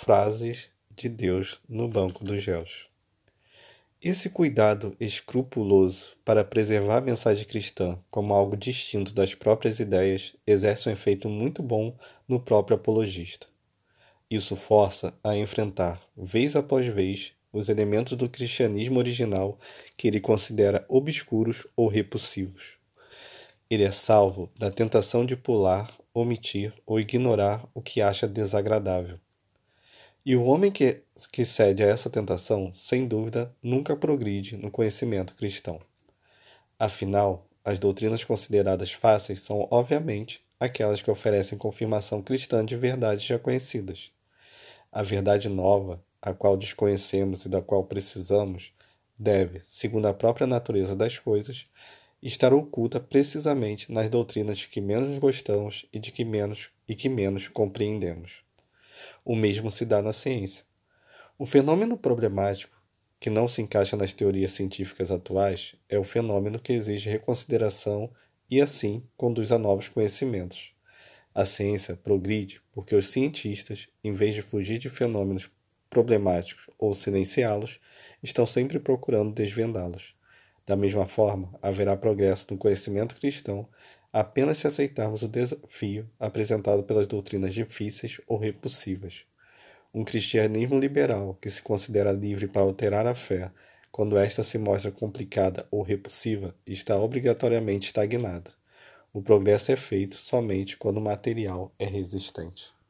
frases de Deus no banco dos réus. Esse cuidado escrupuloso para preservar a mensagem cristã como algo distinto das próprias ideias exerce um efeito muito bom no próprio apologista. Isso força a enfrentar, vez após vez, os elementos do cristianismo original que ele considera obscuros ou repulsivos. Ele é salvo da tentação de pular, omitir ou ignorar o que acha desagradável. E o homem que cede a essa tentação, sem dúvida, nunca progride no conhecimento cristão. Afinal, as doutrinas consideradas fáceis são, obviamente, aquelas que oferecem confirmação cristã de verdades já conhecidas. A verdade nova, a qual desconhecemos e da qual precisamos, deve, segundo a própria natureza das coisas, estar oculta precisamente nas doutrinas que menos gostamos e que menos compreendemos. O mesmo se dá na ciência. O fenômeno problemático, que não se encaixa nas teorias científicas atuais, é o fenômeno que exige reconsideração e, assim, conduz a novos conhecimentos. A ciência progride porque os cientistas, em vez de fugir de fenômenos problemáticos ou silenciá-los, estão sempre procurando desvendá-los. Da mesma forma, haverá progresso no conhecimento cristão apenas se aceitarmos o desafio apresentado pelas doutrinas difíceis ou repulsivas. Um cristianismo liberal que se considera livre para alterar a fé quando esta se mostra complicada ou repulsiva está obrigatoriamente estagnado. O progresso é feito somente quando o material é resistente.